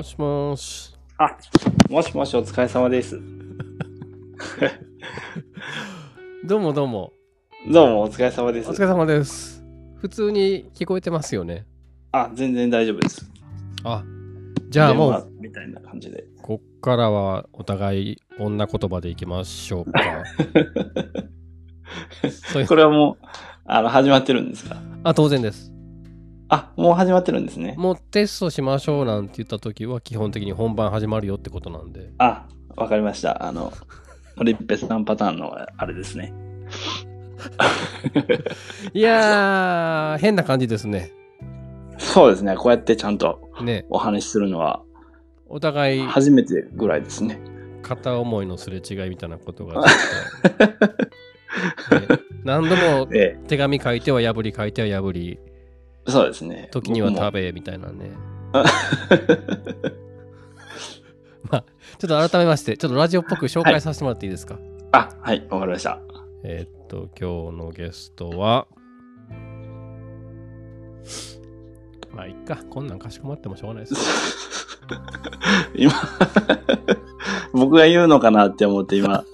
もしもし。 あ、もしもし、お疲れ様です。 どうもどうも。 どうもお疲れ様です。 お疲れ様です。普通に聞こえてますよね。 あ、全然大丈夫です。 あ、じゃあもう、 みたいな感じで。 こっからはお互い女言葉でいきましょうか。 これはもう、始まってるんですか？ あ、当然です。 あ、もう始まってるんですね。 もうテストしましょうなんて言った時は基本的に本番始まるよってことなんで。 あ、わかりました。リッペさんパターンのあれですね。 いやー、変な感じですね。 そうですね。こうやってちゃんとね、 お話しするのは、 お互い初めてぐらいですね。 片思いのすれ違いみたいなことがちょっと、ね、何度も手紙書いては破り書いては破り、 そうですね。 時には食べみたいなね。まあ、ちょっと改めまして、ちょっとラジオっぽく紹介させてもらっていいですか？ はい、わかりました。 今日のゲストは、まあ、いっか、こんなんかしこまってもしょうがないです。 今、僕が言うのかなって思って今、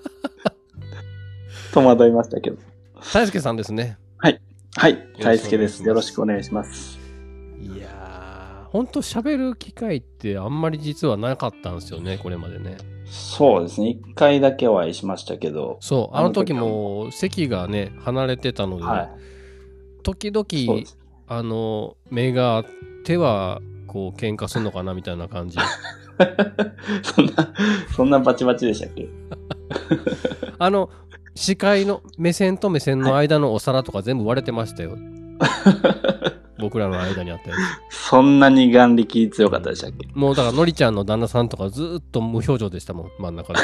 戸惑いましたけど。 大輔さんですね。 はい、大輔です。よろしくお願いします。 いやー、ほんと喋る機会ってあんまり実はなかったんですよね、これまでね。 そうですね。一回だけお会いしましたけど。 そう、あの時も席がね、離れてたので、 はい、 時々、目があっては、こう、喧嘩すんのかなみたいな感じ。 そんなバチバチでしたっけ？ 視界の目線と目線の間のお皿とか全部割れてましたよ。僕らの間にあったやつ。 そんなに眼力強かったでしたっけ？ もうだからのりちゃんの旦那さんとかずっと無表情でしたもん、真ん中で。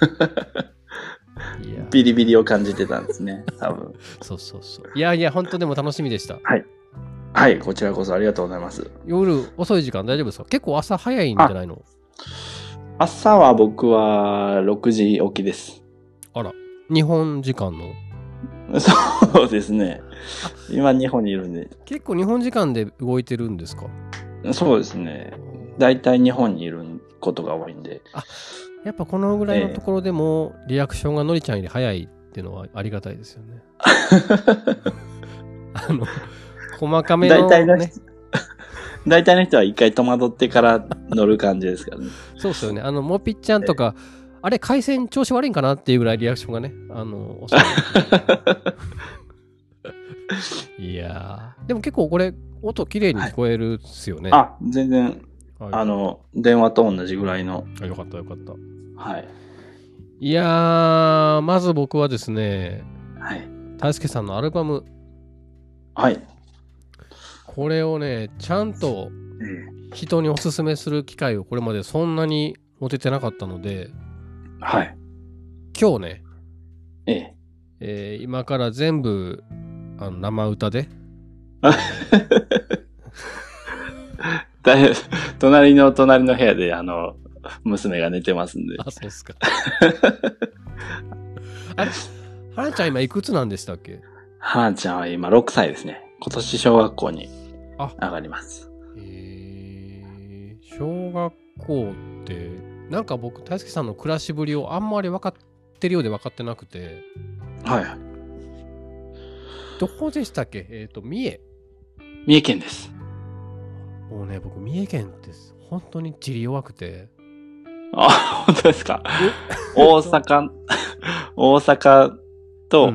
いやビリビリを感じてたんですね、多分。 そうそうそう。いやいや、本当でも楽しみでした。 はい、こちらこそありがとうございます。 夜遅い時間大丈夫ですか？結構朝早いんじゃないの？ 朝は僕は6時起きです。 あら、日本時間の？ そうですね。今日本にいるんで。 結構日本時間で動いてるんですか？ そうですね。だいたい日本にいることが多いんで。 やっぱこのぐらいのところでもリアクションがのりちゃんより早いっていうのはありがたいですよね。細かめのね。 大体の人は一回戸惑ってから乗る感じですからね。 そうですよね。もぴっちゃんとか、あれ回線調子悪いんかなっていうぐらいリアクションがね、遅い。いやー、でも結構これ音綺麗に聞こえるっすよね。 あ、全然、電話と同じぐらいの。 よかったよかった。 はい。 いやー、まず僕はですね、 はい。 大輔さんのアルバム。 はい。 これをね、ちゃんと人におすすめする機会をこれまでそんなに持ててなかったので、 はい。 今日ね、今から全部生歌で隣の部屋で娘が寝てますんで。 あ、そうっすか。あれ、はなちゃん今いくつなんでしたっけ？ はなちゃんは今6歳ですね。今年小学校に上がります。 小学校ってなんか僕大輔さんの暮らしぶりをあんまり分かってるようで分かってなくて。 はい。 どこでしたっけ？三重県です。 もうね、僕三重県って本当に地理弱くて。 あ、本当ですか？大阪と、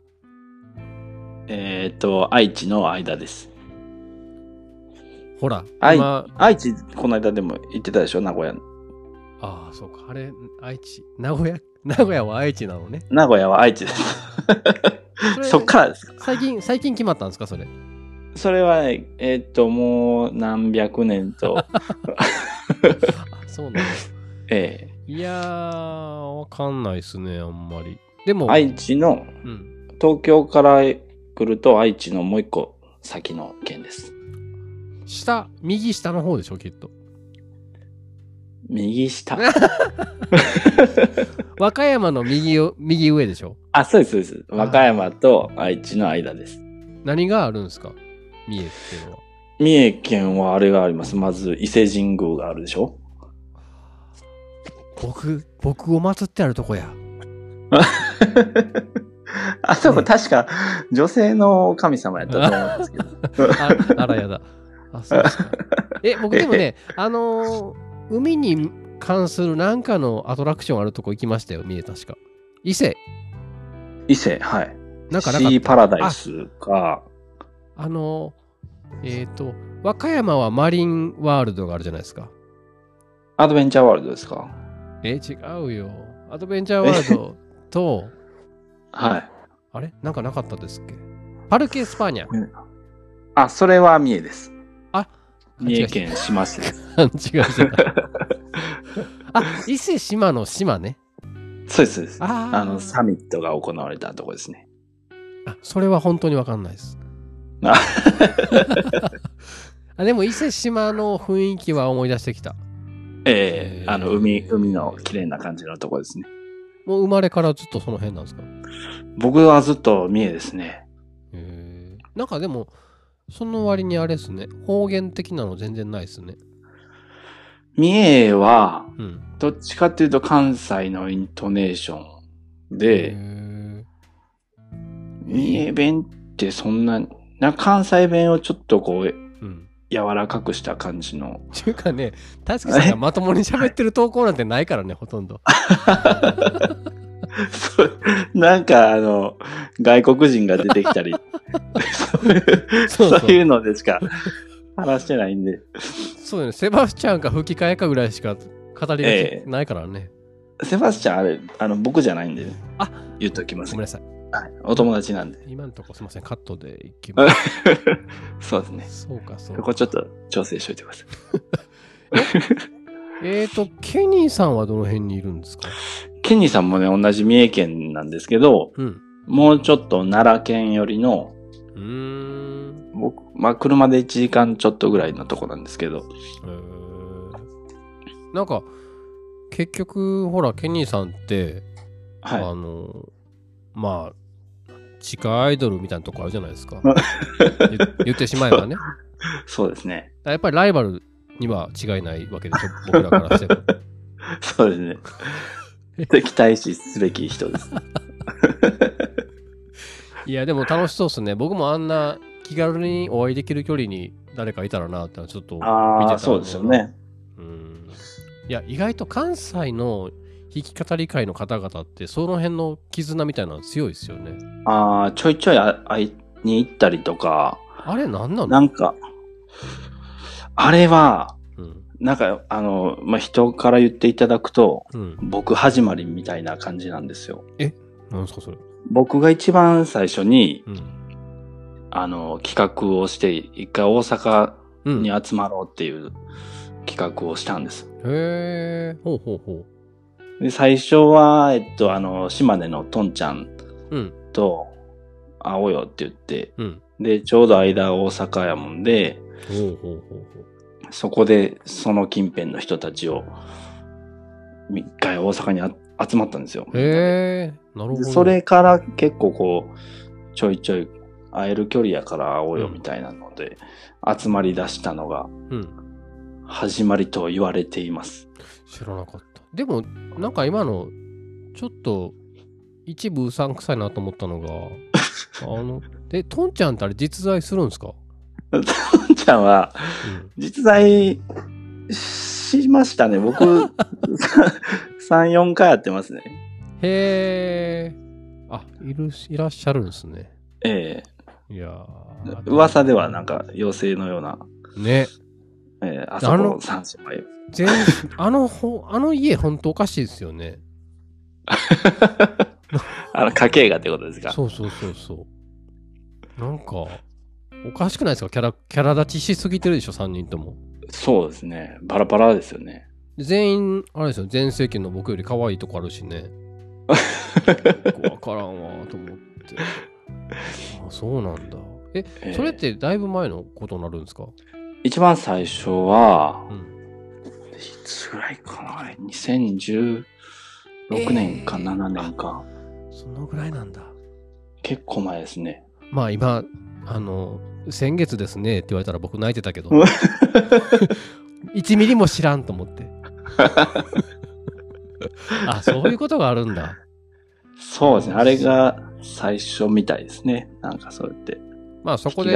愛知の間です。 ほら、 愛知、この間でも行ってたでしょ、名古屋の。 ああ、そうか。あれ、愛知。名古屋は愛知なのね。 名古屋は愛知です。そっからですか？ 最近決まったんですか、それ。 それは、もう何百年と。 そうなんです。いやー、わかんないっすね、あんまり。でも、 愛知の、東京から来ると愛知のもう一個先の県です。 右下の方でしょ、きっと。 右下。 和歌山の右上でしょ？ あ、そうです、そうです。和歌山と愛知の間です。 何があるんですか？三重っていうのは。 三重県はあれがあります。まず伊勢神宮があるでしょ。 僕を祀ってあるとこや。 あそこ確か女性の神様やったと思うんですけど。 あらやだ。あ、そうですか。僕でもね、海に関するなんかのアトラクションあるとこ行きましたよ、三重確か。伊勢、 はい。 なんかなかった。 シーパラダイスか。 和歌山はマリンワールドがあるじゃないですか。 アドベンチャーワールドですか？ 違うよ。アドベンチャーワールドと、 はい。 あれなんかなかったですっけ？パルケ・スパーニャ。 あ、それは三重です。 あ、 三重県志摩市です。 違う。伊勢志摩の島ね。 そうです。サミットが行われたとこですね。 それは本当にわかんないです。でも伊勢志摩の雰囲気は思い出してきた。 海の綺麗な感じのとこですね。 もう生まれからずっとその辺なんですか？ 僕はずっと三重ですね。 なんかでもその割にあれですね、方言的なの全然ないですね。 三重は、どっちかっていうと関西のイントネーションで、三重弁ってそんな関西弁をちょっとこう、柔らかくした感じの。 っていうかね、大輔さんがまともに喋ってる投稿なんてないからね、ほとんど。 なんか外国人が出てきたり、そういうのでしか話してないんで。 そうよね、セバスチャンか吹き替えかぐらいしか語りがないからね。 セバスチャンあれ、僕じゃないんで、言っときます。 ごめんなさい。 はい、お友達なんで。 今のとこすみません、カットでいきます。 そうですね。 そうか。 ここちょっと調整しといてください。ケニーさんはどの辺にいるんですか？ ケニーさんもね、同じ三重県なんですけど、もうちょっと奈良県寄りの、僕、車で1時間ちょっとぐらいのとこなんですけど。 なんか、結局、ほら、ケニーさんって、地下アイドルみたいなとこあるじゃないですか。言ってしまえばね。 そうですね。 やっぱりライバルには違いないわけでしょ、僕らからしても。 そうですね。期待すべき人です。 いや、でも楽しそうですね。僕もあんな気軽にお会いできる距離に誰かいたらなってちょっと見てた。 そうですよね。 いや、意外と関西の弾き語り会の方々ってその辺の絆みたいなの強いですよね。 ちょいちょい会いに行ったりとか。 あれ何なの？ なんか、あれは、なんか、人から言っていただくと、僕始まりみたいな感じなんですよ。 何ですかそれ？ 僕が一番最初に、企画をして、一回大阪に集まろうっていう企画をしたんです。 へー、ほう。 で、最初は、島根のトンちゃんと会おうよって言って、で、ちょうど間大阪やもんで、そこでその近辺の人たちを一回大阪に集まったんですよ。 なるほど。 それから結構こう、ちょいちょい会える距離やから会おうよみたいなので、集まり出したのが、始まりと言われています。 知らなかった。でも、なんか今の、ちょっと、一部うさんくさいなと思ったのが、トンちゃんってあれ実在するんですか？ トンちゃんは、実在しましたね。僕、3、4回やってますね。 へー。いらっしゃるんですね。いやー。噂ではなんか、妖精のような。 ね。 あそこ三姉妹。 あの家ほんとおかしいですよね。 家系がってことですか？ そう。なんか、おかしくないですか？キャラ立ちしすぎてるでしょ、3人とも。 そうですね。バラバラですよね。 全員、あれですよ、全盛期の僕より可愛いとこあるしね。わからんわ、と思って。そうなんだ。それってだいぶ前のことになるんですか？ 一番最初は、いつぐらいかな ?2016 年か7年か。 そのぐらいなんだ。 結構前ですね。 まあ今、 先月ですねって言われたら僕泣いてたけど1ミリも知らんと思ってあ、そういうことがあるんだ。 そうですね。あれが最初みたいですね。なんかそうやって。 まあそこで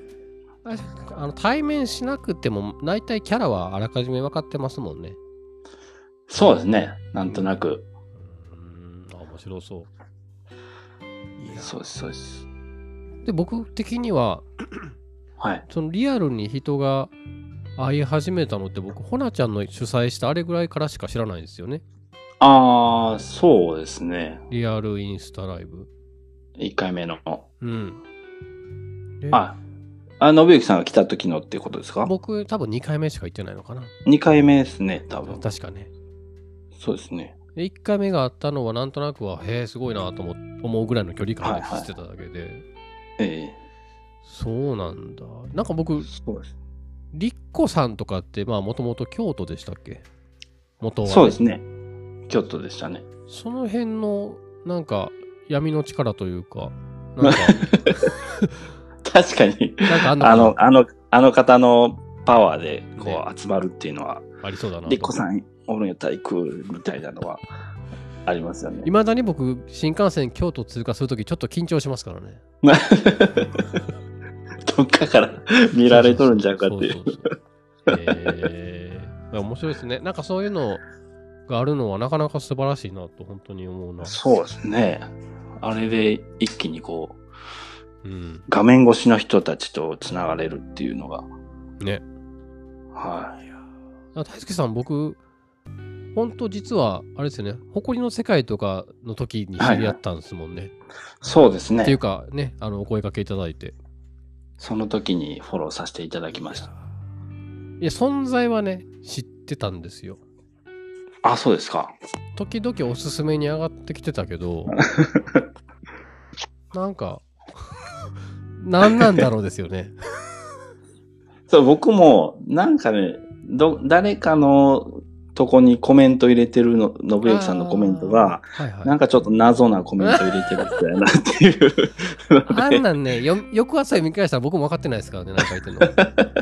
対面しなくても大体キャラはあらかじめ分かってますもんね。 そうですね。なんとなく。 面白そう。 そうです、そうです。 で、僕的には、 はい。 そのリアルに人が会い始めたのって僕、ほなちゃんの主催したあれぐらいからしか知らないんですよね。 ああ、そうですね。 リアルインスタライブ。 1回目の。 うん。 信之さんが来た時のっていうことですか？ 僕、多分2回目しか行ってないのかな。 2回目ですね、多分。 確かね。 そうですね。 1回目があったのはなんとなくは、へえ、すごいなと思うぐらいの距離感でしてただけで。そうなんだ。なんか僕、リッコさんとかって、まあ、もともと京都でしたっけ？元は、ね。 そうですね。京都でしたね。 その辺の、なんか、闇の力というか、なんか確かに。なんかあの方のパワーで、こう、集まるっていうのは、 ありそうだな。 リッコさんおるんやったら行くみたいなのはありますよね。 いまだに僕、新幹線京都通過するときちょっと緊張しますからね。 どっかから見られとるんじゃんかっていう。 面白いですね。なんかそういうのがあるのはなかなか素晴らしいなと本当に思うな。 そうですね。あれで一気にこう、画面越しの人たちとつながれるっていうのが。 ね。 はい。 大輔さん、僕、本当実は、あれですよね、誇りの世界とかの時に知り合ったんですもんね。 そうですね。 っていうかね、お声掛けいただいて。 その時にフォローさせていただきました。 いや、存在はね、知ってたんですよ。 あ、そうですか。 時々おすすめに上がってきてたけど、なんか、何なんだろうですよね。 そう、僕も、なんかね、誰かのとこにコメント入れてるの、信之さんのコメントが、なんかちょっと謎なコメント入れてるみたいなっていう。 あんなんね、翌朝見返したら僕も分かってないですからね、なんか言ってるの。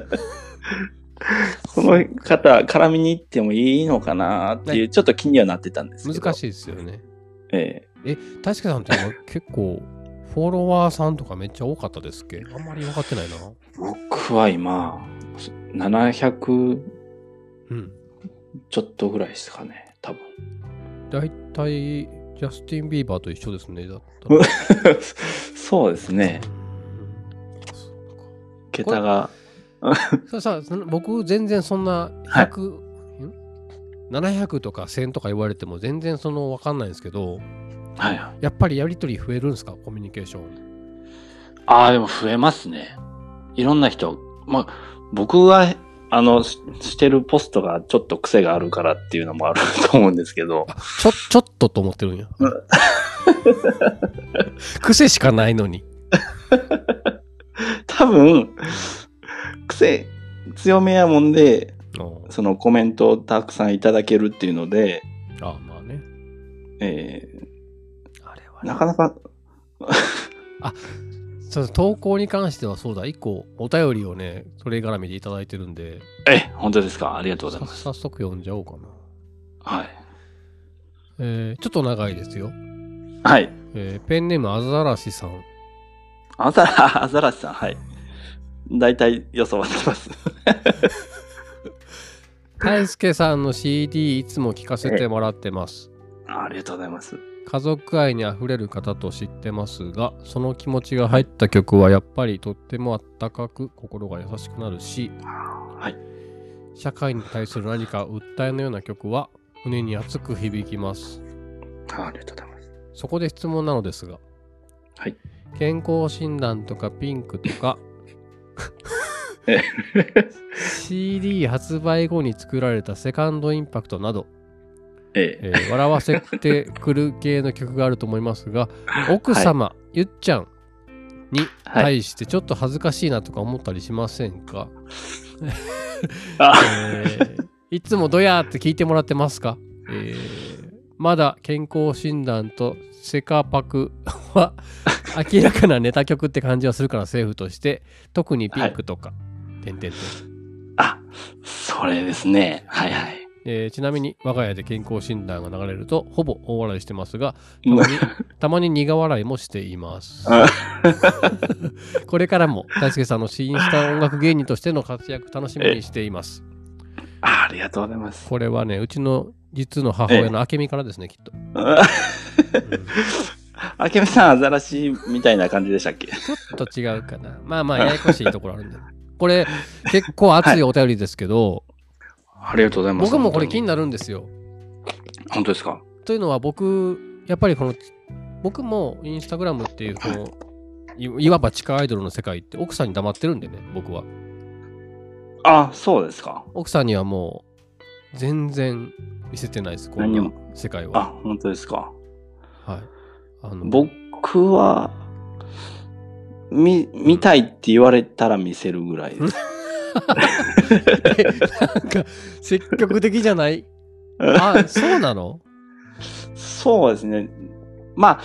この方、絡みに行ってもいいのかなっていう、ちょっと気にはなってたんですけど。 難しいですよね。大輔さんって結構、フォロワーさんとかめっちゃ多かったですっけ？あんまり分かってないな。 僕は今、700、ちょっとぐらいですかね、多分。 だいたい、ジャスティン・ビーバーと一緒ですね、だったら。 そうですね。桁が。 さあ、僕全然そんな700とか1000とか言われても全然分かんないんですけど、やっぱりやりとり増えるんですか、コミュニケーション。 でも増えますね。いろんな人、まあ、僕はしてるポストがちょっと癖があるからっていうのもあると思うんですけど。 ちょっとと思ってるんや。癖しかないのに。 多分、癖強めやもんで、そのコメントをたくさんいただけるっていうので、 まあね。 あれは、なかなか投稿に関してはそうだ、1個お便りをね、それ絡みでいただいてるんで。 本当ですか？ありがとうございます。 早速読んじゃおうかな。 はい。 ちょっと長いですよ。 はい。 ペンネームアザラシさん。 アザラシさん、はい。大体予想はつきます。 大輔さんの CD いつも聴かせてもらってます。 ありがとうございます。 家族愛にあふれる方と知ってますが、その気持ちが入った曲はやっぱりとってもあったかく心が優しくなるし、社会に対する何か訴えのような曲は胸に熱く響きます。 ありがとうございます。 そこで質問なのですが、健康診断とかピンクとかCD 発売後に作られたセカンドインパクトなど、笑わせてくる系の曲があると思いますが、奥様、ゆっちゃんに対してちょっと恥ずかしいなとか思ったりしませんか？いつもどやーって聞いてもらってますか？まだ健康診断とセカパクは明らかなネタ曲って感じはするから政府として、特にピンクとか、点々と。 あ、それですね。はいはい。 ちなみに我が家で健康診断が流れるとほぼ大笑いしてますが、たまに苦笑いもしています。これからも大輔さんのインスタ音楽芸人としての活躍楽しみにしています。 ありがとうございます。 これはね、うちの実の母親の明美からですね、きっと。 明美さんアザラシみたいな感じでしたっけ？ちょっと違うかな。まあまあややこしいところあるんで。これ結構熱いお便りですけど、 ありがとうございます。 僕もこれ気になるんですよ。 本当ですか？ というのはやっぱり僕もインスタグラムっていういわば地下アイドルの世界って奥さんに黙ってるんでね、僕は。 あ、そうですか。 奥さんにはもう全然見せてないです、この世界は。 あ、本当ですか。 はい。 僕は見たいって言われたら見せるぐらいです。 なんか積極的じゃない？あ、そうなの？ そうですね。まあ、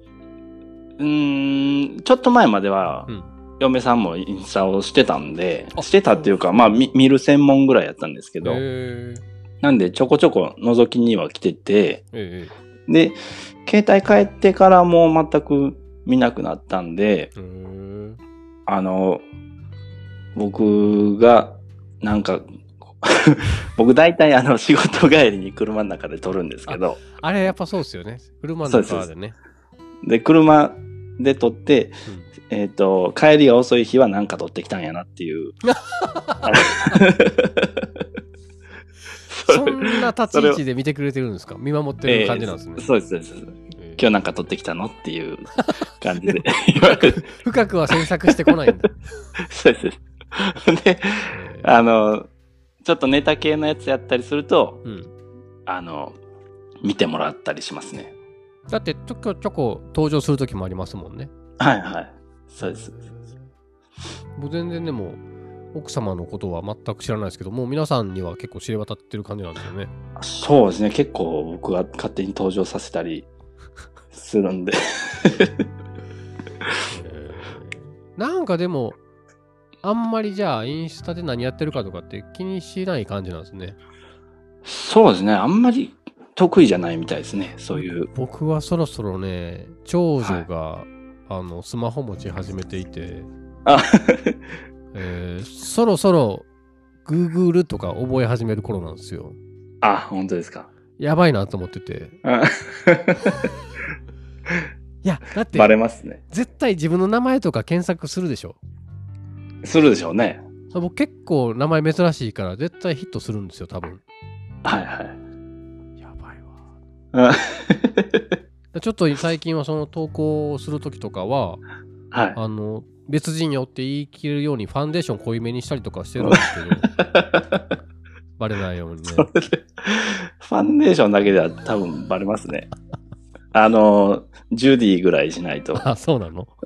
ちょっと前までは、嫁さんもインスタをしてたんで、してたっていうか、まあ見る専門ぐらいやったんですけど、なんでちょこちょこ覗きには来てて、で、携帯帰ってからも全く見なくなったんで、僕が、なんか、僕大体仕事帰りに車の中で撮るんですけど。 あれやっぱそうですよね。車の中でね。 で、車で撮って、帰りが遅い日はなんか撮ってきたんやなっていう。 そんな立ち位置で見てくれてるんですか？見守ってる感じなんですね。 そうです、そうです。今日なんか撮ってきたのっていう感じで。 深くは詮索してこないんだ。 そうです。で、ちょっとネタ系のやつやったりすると、見てもらったりしますね。 だってちょこ登場する時もありますもんね。 はいはい。そうです。 もう全然でも奥様のことは全く知らないですけど、もう皆さんには結構知れ渡ってる感じなんですよね。 そうですね。結構僕が勝手に登場させたりするんで。 なんかでもあんまりじゃあインスタで何やってるかとかって気にしない感じなんですね。 そうですね。あんまり得意じゃないみたいですね。そういう。 僕はそろそろね、長女が、スマホ持ち始めていて、そろそろ Google とか覚え始める頃なんですよ。 あ、本当ですか。 やばいなと思ってて。いや、だってバレますね。 絶対自分の名前とか検索するでしょ。 するでしょうね。 僕結構名前珍しいから絶対ヒットするんですよ、多分。 はいはい。 やばいわ。ちょっと最近はその投稿をするときとかは、 はい、 別人よって言い切るようにファンデーション濃いめにしたりとかしてるんですけど、バレないようにね。 ファンデーションだけでは多分バレますね。ジュディぐらいしないと。 あ、そうなの？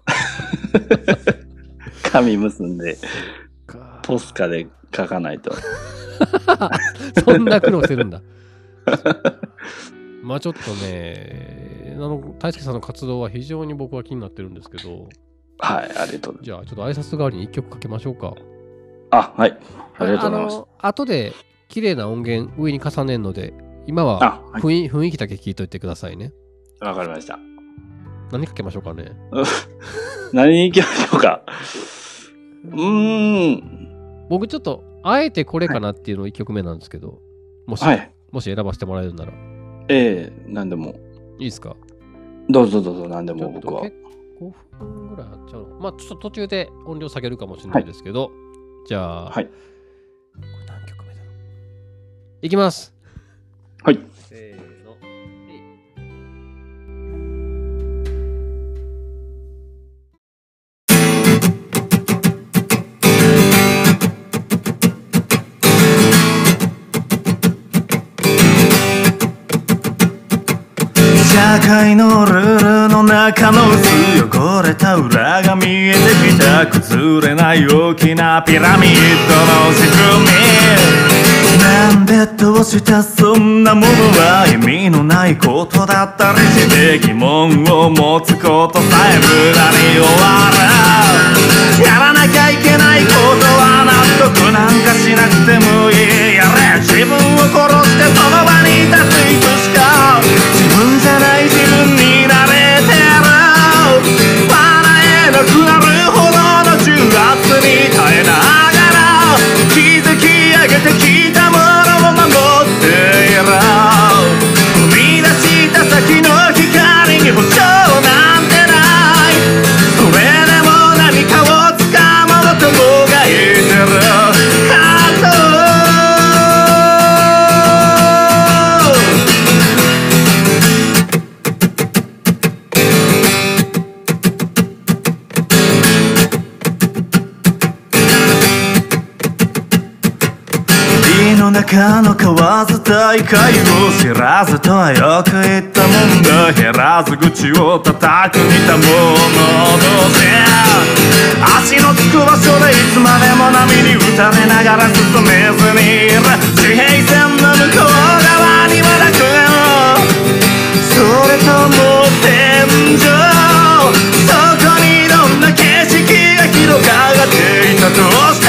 髪結んで、ポスカで書かないと。 そんな苦労してるんだ。まあちょっとね、大輔さんの活動は非常に僕は気になってるんですけど。 はい、ありがとうございます。 じゃあちょっと挨拶代わりに1曲かけましょうか。 あ、はい。ありがとうございます。 後で綺麗な音源上に重ねるので、今は雰囲気だけ聞いといてくださいね。 わかりました。 何かけましょうかね。 何に行きましょうか。 僕ちょっとあえてこれかなっていうの1曲目なんですけど、もし選ばせてもらえるなら。 何でも。 いいですか？ どうぞ何でも僕は。 5分ぐらいあっちゃうの。まあちょっと途中で音量下げるかもしれないですけど、じゃあ、これ何曲目だろう。いきます。 はい。 せーの。 社会のルールの中の薄汚れた裏が見えてきた、崩れない大きなピラミッドの仕組み、 なんでどうしたそんなものは意味のないことだったりして疑問を持つことさえ無駄に終わる。やらなきゃいけないことは納得なんかしなくてもいい。やれ自分を殺してその場に立ついつしか自分じゃない自分になれてる。笑えなくなるほどの重圧に耐えながら築き上げてきたものを守っている。踏み出した先の光に保証なんてない。それでも何かを掴もうともがいてる。中の交わず大会を知らずとはよく言ったもんだ。減らず口を叩く似たもの同士。足のつく場所でいつまでも波に打たれながら進めずにいる。地平線の向こう側には楽園、それとも天井、そこにいろんな景色が広がっていたと